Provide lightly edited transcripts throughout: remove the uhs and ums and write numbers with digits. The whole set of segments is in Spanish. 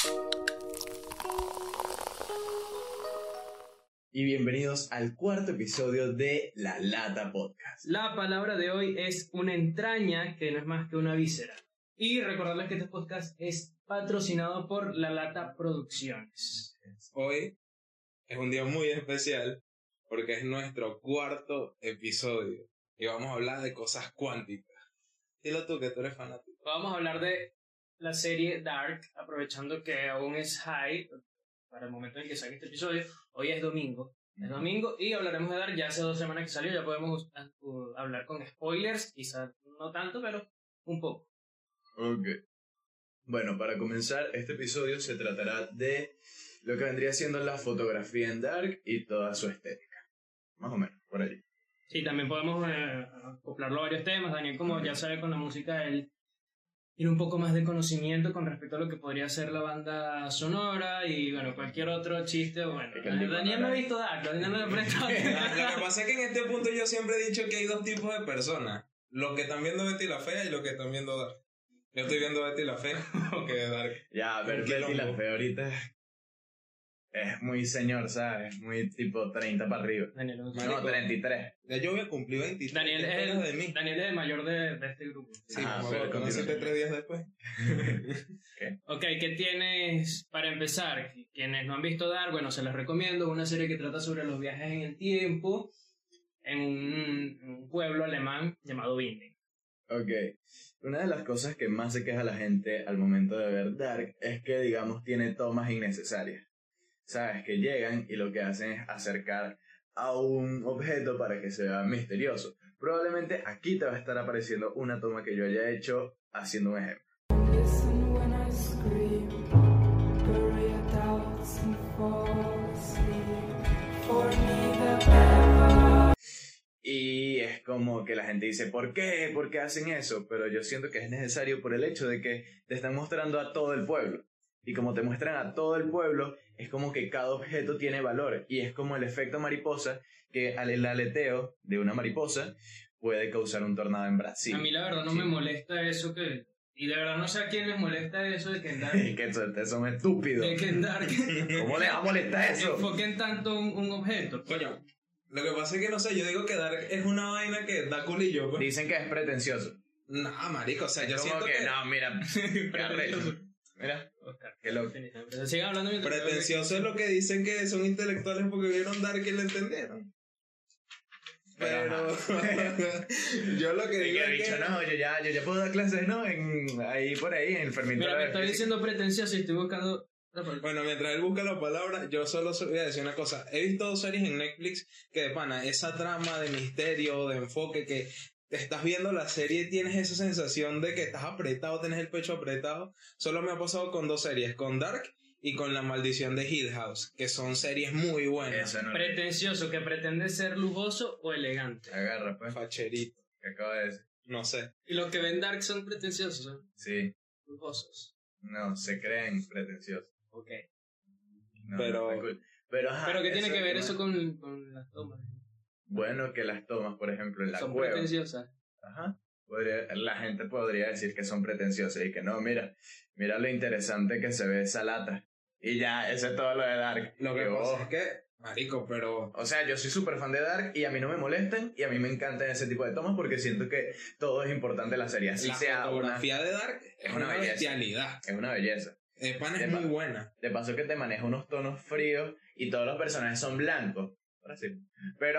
Y bienvenidos al cuarto episodio de La Lata Podcast. La palabra de hoy es una entraña que no es más que una víscera. Y recordarles que este podcast es patrocinado por La Lata Producciones. Hoy es un día muy especial porque es nuestro cuarto episodio y vamos a hablar de cosas cuánticas. Dilo tú que tú eres fanático. Vamos a hablar de la serie Dark, aprovechando que aún es high para el momento en que salga este episodio. Hoy es domingo y hablaremos de Dark. Ya hace 2 semanas que salió, ya podemos hablar con spoilers, quizás no tanto, pero un poco. Ok. Bueno, para comenzar, este episodio se tratará de lo que vendría siendo la fotografía en Dark y toda su estética. Más o menos, por allí. Sí, también podemos acoplarlo a varios temas. Daniel, como ya sabe con la música, él tiene un poco más de conocimiento con respecto a lo que podría ser la banda sonora y, bueno, cualquier otro chiste. Bueno, Daniel no ha visto Dark, Daniel no le presta. Lo que pasa es que en este punto yo siempre he dicho que hay 2 tipos de personas. Los que están viendo Betty la Fea y los que están viendo Dark. Yo estoy viendo Betty la Fea que Dark. Ya, ver Betty la Fea ahorita es muy señor, ¿sabes? Es muy tipo 30 para arriba. Daniel, no, 33. Ya yo voy a cumplir 23. Daniel es el mayor de este grupo. Sí, pero conociste 3 días después. Ok, ¿qué tienes para empezar? Quienes no han visto Dark, bueno, se les recomiendo. Es una serie que trata sobre los viajes en el tiempo en un pueblo alemán llamado Bingen. Ok. Una de las cosas que más se queja la gente al momento de ver Dark es que, digamos, tiene tomas innecesarias. ¿Sabes? Que llegan y lo que hacen es acercar a un objeto para que se vea misterioso. Probablemente aquí te va a estar apareciendo una toma que yo haya hecho haciendo un ejemplo. Y es como que la gente dice, ¿por qué? ¿Por qué hacen eso? Pero yo siento que es necesario por el hecho de que te están mostrando a todo el pueblo. Y como te muestran a todo el pueblo, es como que cada objeto tiene valor. Y es como el efecto mariposa, que el aleteo de una mariposa puede causar un tornado en Brasil. A mí la verdad no me molesta eso que... Y de verdad no sé a quién les molesta eso de que en Dark... que ustedes son estúpidos. De que en Dark... ¿Cómo les va a molestar eso? Enfoquen tanto un objeto. Coño, lo que pasa es que no sé, yo digo que Dark es una vaina que da culillo. Pues. Dicen que es pretencioso. No, marico, o sea, yo siento que... No, mira, mira, Oscar, qué loco. Sigan hablando mientras... Pretencioso es lo que dicen que son intelectuales porque vieron Dark y lo entendieron. Pero yo lo que digo es que... No, yo ya puedo dar clases, ¿no? Ahí por ahí, en el Fermín. Mira, me está diciendo pretencioso y estoy buscando... Bueno, mientras él busca la palabra, yo solo voy a decir una cosa. He visto 2 series en Netflix que, de pana, esa trama de misterio, de enfoque, que te estás viendo la serie y tienes esa sensación de que estás apretado, tienes el pecho apretado. Solo me ha pasado con 2 series, con Dark y con La Maldición de Hill House, que son series muy buenas. Pretencioso, que pretende ser lujoso o elegante. Agarra, pues. Facherito. ¿Qué acaba de decir? No sé. Y los que ven Dark son pretenciosos, ¿eh? Sí. Lujosos. No, se creen pretenciosos. Ok. No, pero... no, cool. Pero ¿qué tiene que ver eso con las tomas? Bueno, que las tomas, por ejemplo, en la son cueva. Son pretenciosas. Ajá. La gente podría decir que son pretenciosas y que no, mira lo interesante que se ve esa lata. Y ya, eso es todo lo de Dark. Lo que pasa es que, marico, pero... O sea, yo soy súper fan de Dark y a mí no me molestan y a mí me encantan ese tipo de tomas porque siento que todo es importante en la serie. Así la sea fotografía de Dark es una bestialidad. Es una belleza. El pan es muy buena. De paso que te maneja unos tonos fríos y todos los personajes son blancos. Ahora sí. Pero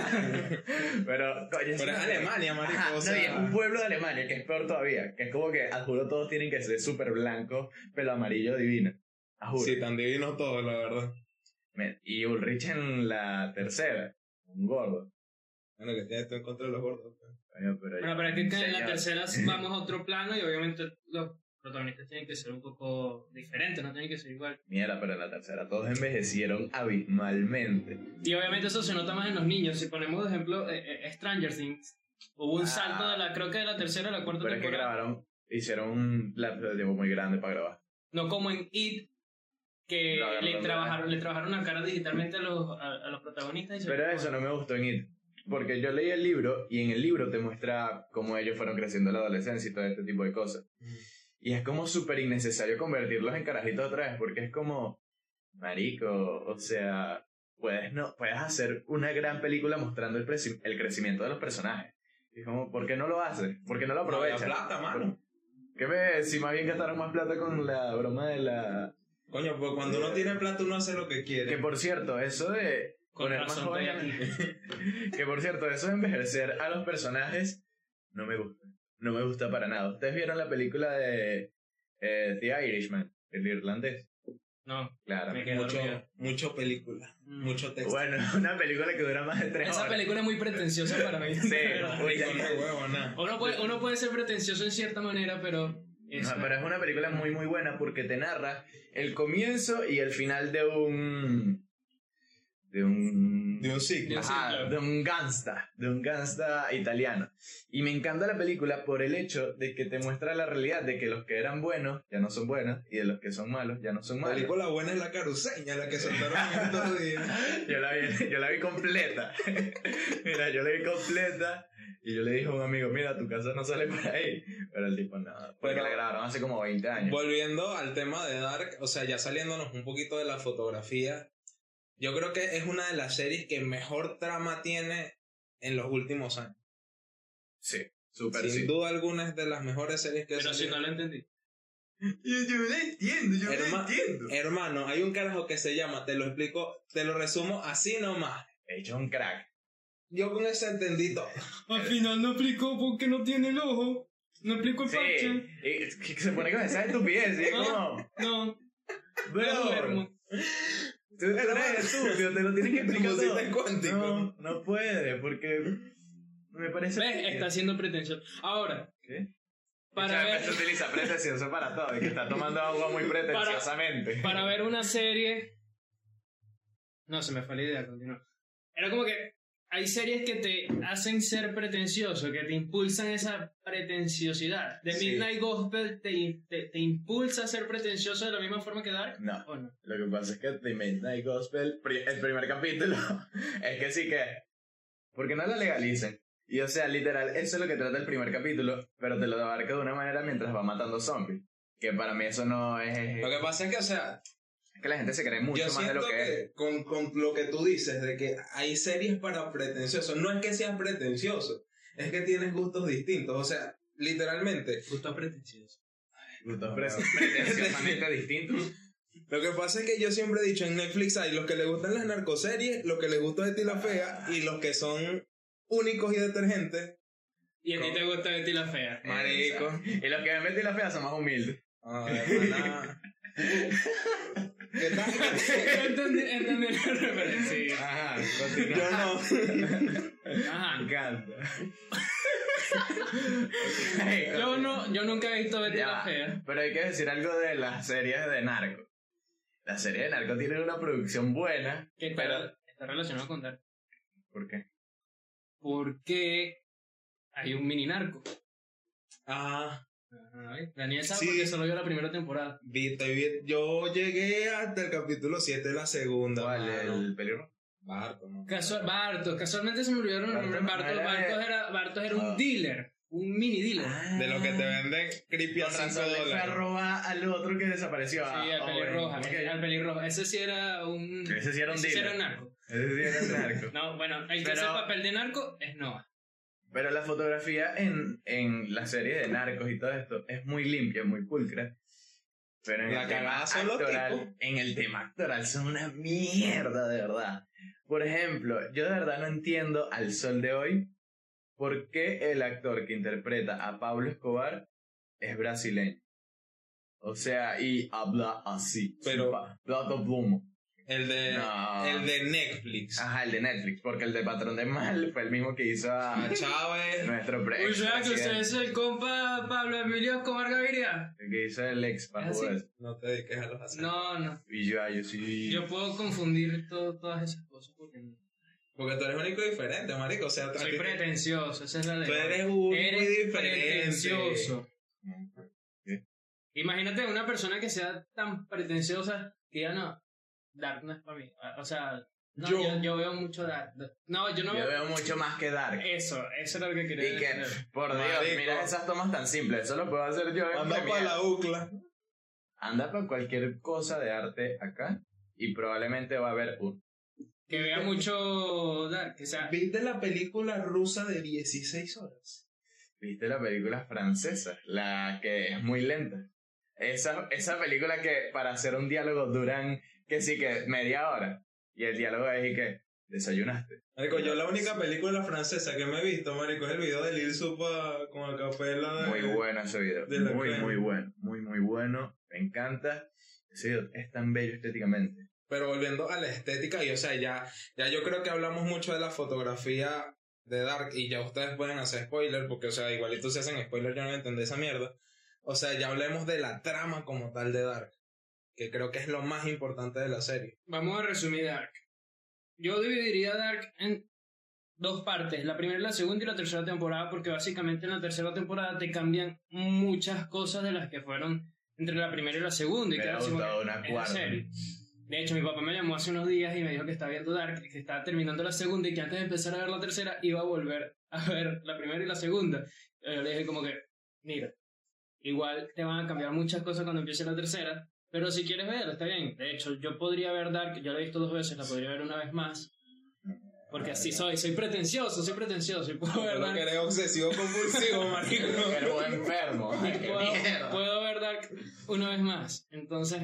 coño, es Alemania, marico. Ajá, o sea... no, y es un pueblo de Alemania, que es peor todavía. Que es como que, a juro, todos tienen que ser súper blancos, pero amarillo divino. A juro. Sí, tan divinos todos, la verdad. Y Ulrich en la tercera, un gordo. Bueno, que tienes tú en contra de los gordos. Bueno, pero es que en la tercera vamos a otro plano y obviamente los protagonistas tienen que ser un poco diferentes, no tienen que ser igual. Mira, pero en la tercera todos envejecieron abismalmente. Y obviamente eso se nota más en los niños. Si ponemos de ejemplo Stranger Things, hubo un salto creo que de la tercera a la cuarta temporada. Pero es que hicieron un lapso de tiempo muy grande para grabar. No como en It, que le trabajaron la cara digitalmente a los protagonistas. Pero eso no me gustó en It. Porque yo leí el libro y en el libro te muestra cómo ellos fueron creciendo en la adolescencia y todo este tipo de cosas. Y es como súper innecesario convertirlos en carajitos otra vez, porque es como, marico, o sea, puedes hacer una gran película mostrando el crecimiento de los personajes. Y es como, ¿por qué no lo haces? ¿Por qué no lo aprovechas? No, la plata, mano. Si más bien gastaron más plata con la broma de la... Coño, pues cuando uno tiene plata uno hace lo que quiere. Que por cierto, eso de Con poner más razón estoy jóvenes... Que por cierto, eso de envejecer a los personajes no me gusta. No me gusta para nada. ¿Ustedes vieron la película de The Irishman, el irlandés? No, Claro. me quedé dormido. Mucho película, mucho texto. Bueno, una película que dura más de 3 horas. Esa película es muy pretenciosa para mí. Sí, Marico, no es huevo, nada. Uno puede ser pretencioso en cierta manera, pero... No, pero es una película muy muy buena porque te narra el comienzo y el final de un ciclo. ajá, de un gangsta italiano. Y me encanta la película por el hecho de que te muestra la realidad de que los que eran buenos ya no son buenos y de los que son malos ya no son La malos. película buena es La Caruseña, la que soltaron en estos días. Yo la vi completa. Mira, yo la vi completa y yo le dije a un amigo, mira, tu casa no sale por ahí. Pero el tipo nada, porque Pero- la grabaron hace como 20 años. Volviendo al tema de Dark, o sea, ya saliéndonos un poquito de la fotografía, yo creo que es una de las series que mejor trama tiene en los últimos años. Sí, súper Sin sí. duda alguna es de las mejores series que Pero si no lo entendí. Yo no entiendo, Hermano, hay un carajo que se llama, te lo explico, te lo resumo así nomás. He hecho un crack. Yo con eso entendí todo. Al final no explicó por qué no tiene el ojo. No explicó el Sí, parche. y que se pone con esa estupidez y es como, No, bro, duermo. tú eres estúpido, te lo tienes que explicar todo. Música cuántica. No puede, porque me parece... ¿Ves? Está siendo pretencioso. Ahora, ¿Qué? para ver, Se utiliza pretencioso para todo, y que está tomando agua muy pretenciosamente. para ver una serie... No, se me fue la idea, continúa. Era como que hay series que te hacen ser pretencioso, que te impulsan esa pretenciosidad. The Sí. Midnight Gospel te impulsa a ser pretencioso de la misma forma que Dark. No, ¿O no? lo que pasa es que The Midnight Gospel, el primer capítulo, es que sí que... Porque no la legalicen. Y o sea, literal, eso es lo que trata el primer capítulo, pero te lo abarca de una manera mientras va matando zombies. Que para mí eso no es... Lo que pasa es que, o sea, Es que la gente se cree mucho yo más de siento lo que es. que con lo que tú dices, de que hay series para pretenciosos, no es que seas pretencioso, es que tienes gustos distintos, o sea, literalmente. Justo pretencioso. Gustos pretenciosamente distintos. Lo que pasa es que yo siempre he dicho, en Netflix hay los que les gustan las narcoseries, los que les gusta Betty la Fea, y los que son únicos y detergentes. Y a ti te gusta Betty la Fea. Marico. Y los que ven Betty la Fea son más humildes. Hermana. ¿Qué tal? Entendí la referencia. Ajá, continúa. Yo no. Ajá. Me encanta. Yo nunca he visto Betty Ya la va. Fea. Pero hay que decir algo de las series de narco. Las series de narco tienen una producción buena, Que pero... está relacionado con Dark. ¿Por qué? Porque hay un mini narco. Ah, Ajá, ¿ves? Daniel sabe Sí. porque solo vio la primera temporada. yo llegué hasta el capítulo 7 de la segunda. ¿Cuál? mano. ¿El pelirrojo? Barco, ¿no? Bartos, casualmente se me olvidaron los nombres. Bartos era un dealer, un mini dealer. De lo que te venden creepy a Con 5 razón le fue a dólares. robar al otro que desapareció. Sí, al pelirrojo. Al pelirrojo. Ese sí era un. Ese sí era un ese sí dealer. era narco. Ese sí era un narco. No, bueno, el que Pero- hace el papel de narco es Noah. Pero la fotografía en las series de narcos y todo esto es muy limpia, muy pulcra. Pero en La el tema cagada son los tipos. actoral, en el tema actoral son una mierda, de verdad. Por ejemplo, yo de verdad no entiendo al sol de hoy por qué el actor que interpreta a Pablo Escobar es brasileño. O sea, y habla así. Pero- Plato plumo. El de, No. el de Netflix. Ajá, el de Netflix, porque el de Patrón de Mal fue el mismo que hizo a A Chávez. nuestro O sea, que usted presidente. es el compa Pablo Emilio Escobar Gaviria. El que hizo el ex ¿Es Papo así? Vélez. No te dediques a los acentos. No. Y yo sí. Yo puedo confundir todas esas cosas porque no. Porque tú eres único y diferente, marico. O sea, a Soy ti- pretencioso, esa es la de. Tú eres único y Eres diferente. pretencioso. ¿Qué? Imagínate una persona que sea tan pretenciosa que ya no, Dark no es para mí. O sea, No, yo veo mucho Dark. No, yo no Yo veo... veo mucho más que Dark. Eso era lo que quería Y que, decir. por Dios, Marico. mira esas tomas tan simples. Eso lo puedo hacer yo en Anda para Premiere. la UCLA. Anda para cualquier cosa de arte acá y probablemente va a haber un... Que vea mucho Dark. O sea, ¿Viste la película rusa de 16 horas? ¿Viste la película francesa? La que es muy lenta. Esa película que para hacer un diálogo duran que sí que media hora. Y el diálogo es y que desayunaste. Marico, yo la única película francesa que me he visto, marico, es el video de Lil Supa con la capela de... Muy bueno ese video. de la Muy, crema. muy bueno. Muy, muy bueno. Me encanta. Ese video es tan bello estéticamente. Pero volviendo a la estética, y o sea, ya yo creo que hablamos mucho de la fotografía de Dark, y ya ustedes pueden hacer spoiler, porque, o sea, igualito si hacen spoiler yo no entendí esa mierda. O sea, ya hablemos de la trama como tal de Dark, que creo que es lo más importante de la serie. vamos a resumir Dark. Yo dividiría Dark en dos partes, la primera, la segunda y la tercera temporada, porque básicamente en la tercera temporada te cambian muchas cosas de las que fueron entre la primera y la segunda. Y Me queda ha así como gustado que, una ¿en cuarta. serio? De hecho, mi papá me llamó hace unos días y me dijo que estaba viendo Dark, que estaba terminando la segunda y que antes de empezar a ver la tercera iba a volver a ver la primera y la segunda. Yo le dije como que, mira, igual te van a cambiar muchas cosas cuando empiece la tercera, pero si quieres verla, está bien. De hecho, yo podría ver Dark, yo la he visto 2 veces, la podría ver una vez más. Porque así soy pretencioso y puedo ver Pero Dark. que eres obsesivo compulsivo, marico. Pero enfermo. Y ¡Qué mierda! puedo ver Dark una vez más. Entonces,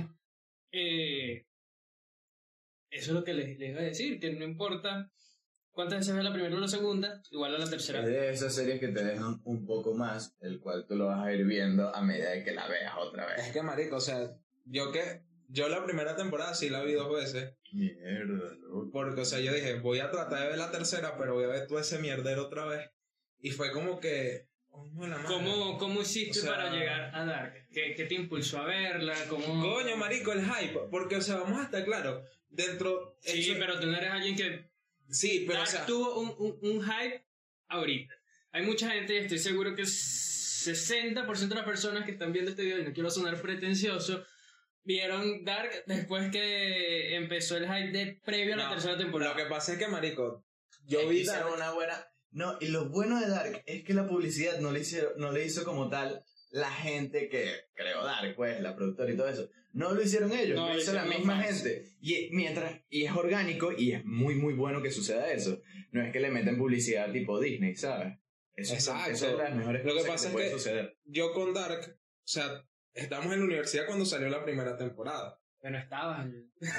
eso es lo que les iba a decir, que no importa cuántas veces veas la primera o la segunda, igual a la tercera. Es de esas series que te dejan un poco más, el cual tú lo vas a ir viendo a medida de que la veas otra Es vez. que, marico, o sea, yo la primera temporada sí la vi 2 veces. Mierda, loco. Porque, o sea, yo dije, voy a tratar de ver la tercera, pero voy a ver todo ese mierdero otra vez. Y fue como que... coño de la madre. ¿Cómo hiciste O sea- para llegar a Dark? ¿Qué te impulsó a verla? ¿Cómo... Coño, marico, el hype. Porque, o sea, vamos a estar claros. Dentro... Sí, eso- pero tú no eres alguien que... Sí, pero, o Dark sea... tuvo un hype ahorita. Hay mucha gente, y estoy seguro que 60% de las personas que están viendo este video, y no quiero sonar pretencioso, vieron Dark después que empezó el hype de previo a la No, tercera temporada. Lo que pasa es que, marico, Yo yo vi hicieron Dark... una buena... No, y lo bueno de Dark es que la publicidad no le hizo como tal la gente que creó Dark, pues, la productora y todo eso. No lo hicieron ellos, No, lo lo hizo la hicieron misma los fans. gente. Y es orgánico y es muy, muy bueno que suceda eso. No es que le meten publicidad tipo Disney, ¿sabes? Exacto. Eso es las mejores Lo que cosas pasa te es puede que- suceder. Yo con Dark, o sea, estamos en la universidad cuando salió la primera temporada. Pero estabas...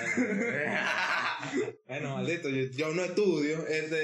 Bueno, maldito, yo no estudio.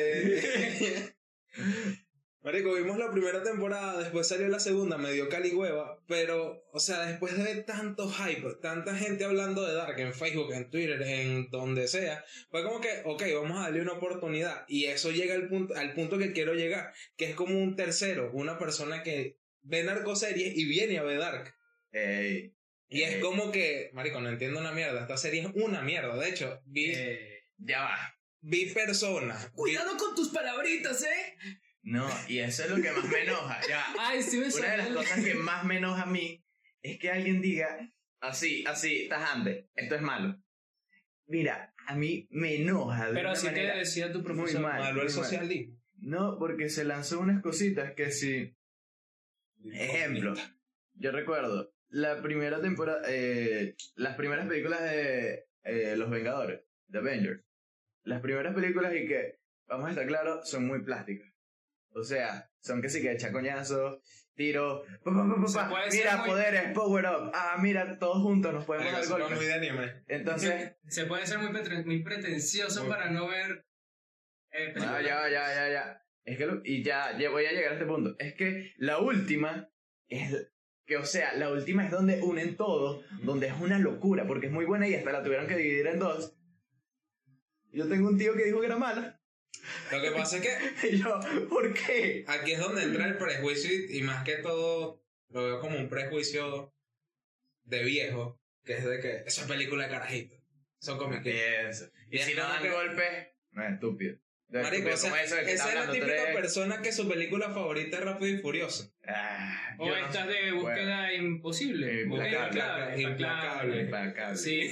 Marico, vimos la primera temporada, después salió la segunda, medio caligüeva, pero, o sea, después de ver tanto hype, tanta gente hablando de Dark en Facebook, en Twitter, en donde sea, fue como que, ok, vamos a darle una oportunidad, y eso llega al punto que quiero llegar, que es como un tercero, una persona que ve narcoseries y viene a ver Dark. Ey, Y es como que, marico, no entiendo una mierda, esta serie es una mierda, de hecho, ya va. vi personas, Cuidado con tus palabritas, ¿eh? No, y eso es lo que más me enoja. Ya, Ay, sí me una de las salió. cosas que más me enoja a mí es que alguien diga así, tajante, esto es malo. Mira, a mí me enoja de Pero una así que manera decía tu muy profesor. mal. malo el muy mal. socialismo. No, porque se lanzó unas cositas que sí. Ejemplo, yo recuerdo la primera temporada, las primeras películas de Los Vengadores, The Avengers. Las primeras películas y que, vamos a estar claros, son muy plásticas. O sea, son que sí que echa coñazos, tiros, Se puede ser mira, muy- poderes, power up, mira, todos juntos nos podemos Marico, dar eso es muy golpes. de anime. Entonces, Se puede ser muy pretencioso Muy- para no ver... películas. ya. Es que, ya voy a llegar a este punto. Es que la última es que, o sea, la última es donde unen todo, donde es una locura, porque es muy buena y hasta la tuvieron que dividir en dos. Yo tengo un tío que dijo que era mala. Lo que pasa es que Y yo, ¿por qué? aquí es donde entra el prejuicio y más que todo lo veo como un prejuicio de viejo, que es de que esa película de carajito, son cómicos. Eso. Y si no dan que- golpes, no es estúpido. No es Marico, estúpido o sea, como eso de que esa está es la hablando, tú típica eres- persona que su película favorita es Rápido y Furioso. O yo no estas sé. de búsqueda imposible. Implacable. Búsqueda clave, Implacable. Implacable. Sí.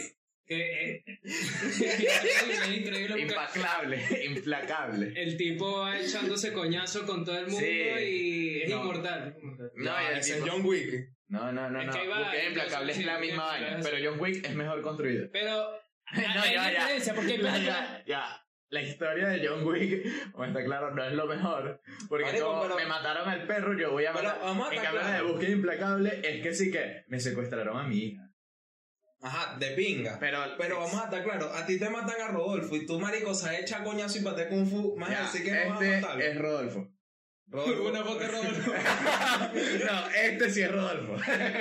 Que es increíble. Implacable. El tipo va echándose coñazo con todo el mundo y es inmortal. No, ese es John Wick. No. Es que ahí va, Porque Implacable es la misma vaina, pero John Wick es mejor construido. Pero No, hay ya. diferencia porque Ya. La historia de John Wick, como está claro, no es lo mejor. Porque Marico, como pero- me mataron al perro, yo voy a Pero matar. vamos a En estar cambio, la de claros. Búsqueda Implacable es que sí que me secuestraron a mi hija. Ajá, de pinga. Pero vamos a estar claros, a ti te matan a Rodolfo y tú, marico, se echa coñazo y patea kung fu, más Ya, decir que no vas a matarlo. es Rodolfo. Rodolfo. una foto de Rodolfo. No, este sí es Rodolfo.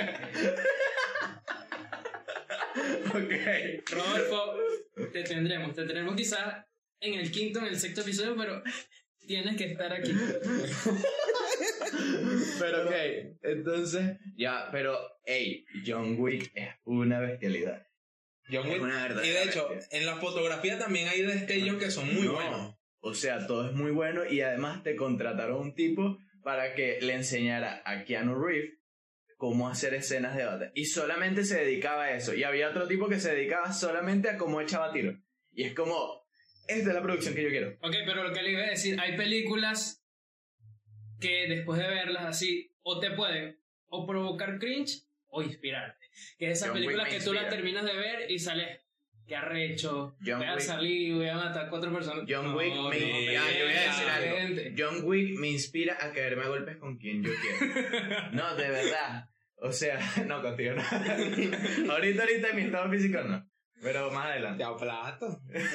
Ok. Rodolfo, te tendremos quizás en el quinto, en el sexto episodio, pero tienes que estar aquí. Pero ok, entonces, pero, John Wick es una bestialidad. John Wick. Es una verdadera Y de hecho, bestia. en la fotografía también hay destellos que son muy No. buenos. O sea, todo es muy bueno y además te contrataron un tipo para que le enseñara a Keanu Reeves cómo hacer escenas de batalla. Y solamente se dedicaba a eso. Y había otro tipo que se dedicaba solamente a cómo echaba tiros. Y es como, esta es la producción que yo quiero. Ok, pero lo que le iba a decir, hay películas que después de verlas así, o te pueden o provocar cringe o inspirarte. Que esas John Wick películas me que tú las inspira. terminas de ver y sales, qué arrecho, John voy a Wick- salir, voy a matar 4 personas. John Wick No, me... no, ya, yo voy a decir algo. gente. John Wick me inspira a caerme a golpes con quien yo quiero. No, de verdad. O sea, no, contigo no. ahorita en mi estado físico no. Pero más adelante. Ya, plato.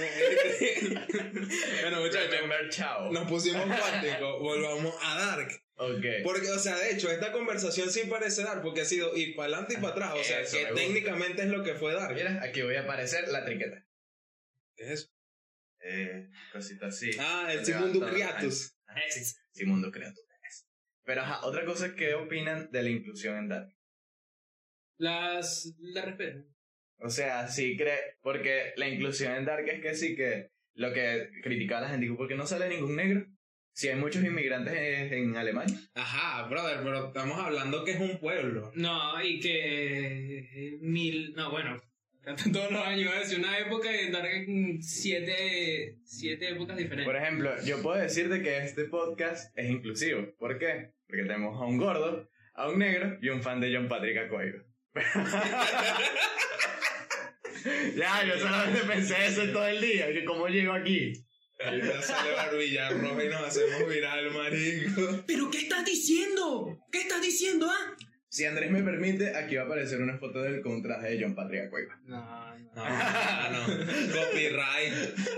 Bueno, muchachos, Remember, chao. nos pusimos cuánticos, volvamos a Dark. Ok. Porque, o sea, de hecho, esta conversación sí parece Dark, porque ha sido ir para adelante y para atrás. O sea, Eso que me gusta. técnicamente es lo que fue Dark. Mira, aquí voy a aparecer la triqueta. ¿Qué es eso? Cosita así. Ah, el Levanta Simundo la- Creatus. Sí, Simundo Creatus. Pero ajá, otra cosa, ¿qué opinan de la inclusión en Dark? La respeto. O sea, sí cree, porque la inclusión en Dark es que sí que lo que criticaba la gente, dijo, ¿por qué no sale ningún negro? Si hay muchos inmigrantes en Alemania. Ajá, brother, pero estamos hablando que es un pueblo. No, y que todos los años, es una época y en Dark 7 épocas diferentes. Por ejemplo, yo puedo decirte que este podcast es inclusivo. ¿Por qué? Porque tenemos a un gordo, a un negro y un fan de John Patrick Aquairo. Ya, yo solamente pensé eso todo el día, que cómo llego aquí. Ahorita sale Barbilla Roja y nos hacemos viral, marico. ¿Pero qué estás diciendo? ¿Qué estás diciendo, Si Andrés me permite, aquí va a aparecer una foto del con un traje de John Patrick Aquairo. No. No. Copyright.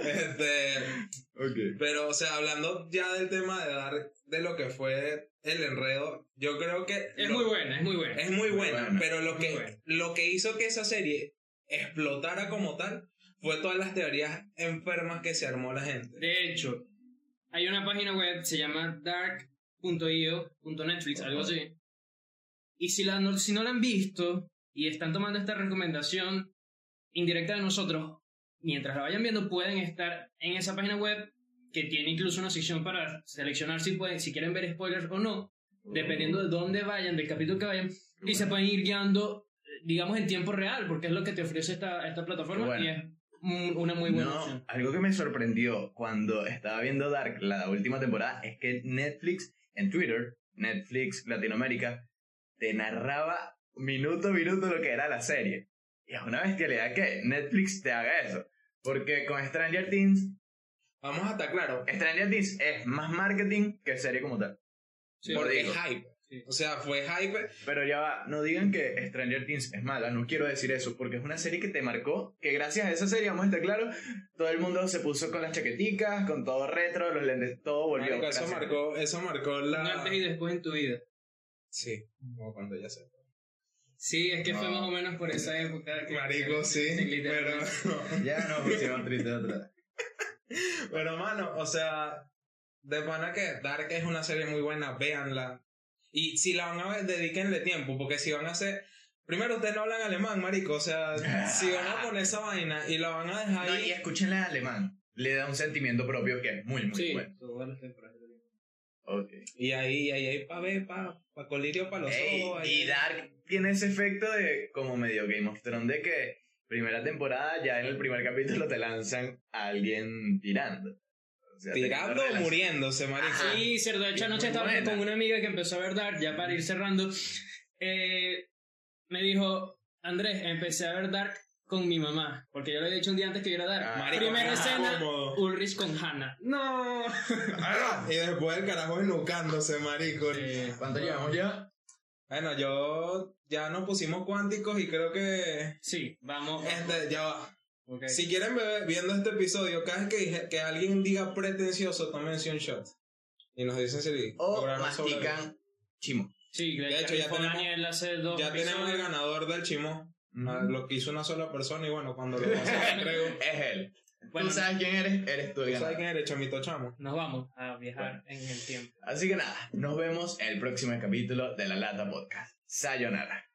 Ok. Pero, o sea, hablando ya del tema de Dark, de lo que fue el enredo, yo creo que... Es muy buena. Es muy buena, buena, pero muy buena. lo que hizo que esa serie explotara como tal fue todas las teorías enfermas que se armó la gente. De hecho, hay una página web, se llama dark.io.netflix, algo así. Y si no la han visto y están tomando esta recomendación indirecta de nosotros, mientras la vayan viendo pueden estar en esa página web que tiene incluso una sección para seleccionar si quieren ver spoilers o no, dependiendo de dónde vayan, del capítulo que vayan, y se pueden ir guiando, digamos, en tiempo real, porque es lo que te ofrece esta plataforma. Bueno. Y es una muy buena No, opción. algo que me sorprendió cuando estaba viendo Dark, la última temporada, es que Netflix, en Twitter, Netflix Latinoamérica, te narraba minuto a minuto lo que era la serie. Y es una bestialidad que Netflix te haga eso. Porque con Stranger Things, Vamos a estar claros, Stranger Things es más marketing que serie como tal. Sí, Por porque digo. es hype. Sí. O sea, fue hype. Pero ya va, no digan que Stranger Things es mala, no quiero decir eso, porque es una serie que te marcó, que gracias a esa serie, vamos a estar claros, todo el mundo se puso con las chaqueticas, con todo retro, los lentes, todo volvió. Marico, eso marcó Un la... antes y después en tu vida. Sí, como cuando ya se... Sí, es que No. fue más o menos por esa época. Marico, sí, pero... literalmente. Ya nos pusimos tristes otra. Pero, mano, o sea, de pana que Dark es una serie muy buena, véanla. Y si la van a ver, dedíquenle tiempo, porque si van a hacer... Primero, ustedes no hablan alemán, marico, o sea, si van a poner esa vaina y la van a dejar No, ahí... y escúchenla en alemán, le da un sentimiento propio que es muy, muy Sí, bueno. todas las temporadas. Ok. Y ahí para ver, para colirio para los Ey, ojos. y ahí. Dark tiene ese efecto de como medio Game of Thrones, de que primera temporada, ya en el primer capítulo te lanzan a alguien tirando. O sea, Tirando o teniendo muriéndose, marico. Sí, cierto. De hecho, Es anoche muy estaba buena. con una amiga que empezó a ver Dark, ya para ir cerrando. Me dijo, Andrés, empecé a ver Dark con mi mamá, porque yo le había dicho un día antes que viera Dark. Marico, Primera qué escena, cómodo. Ulrich con Hannah. ¡No! Y después el carajo enucándose, marico. ¿Cuánto llevamos ya? Bueno, ya nos pusimos cuánticos y creo que... Sí, vamos. ya va. Ok. Si quieren viendo este episodio, cada vez que alguien diga pretencioso, tómense un shot. Y nos dicen si O lograron sobrevivir. mastican chimo. Sí, De hecho, ya tenemos- Daniel hace 2 Ya tenemos el episodios. ganador del chimo. Ujú. Lo que hizo una sola persona y bueno, cuando lo pase creo. Es él. Bueno, Tú sabes quién eres tú el ¿Tú sabes ganador. quién eres, chamito chamo? nos vamos a viajar en el tiempo. Así que nada, nos vemos en el próximo capítulo de La Lata Podcast. Sayonara.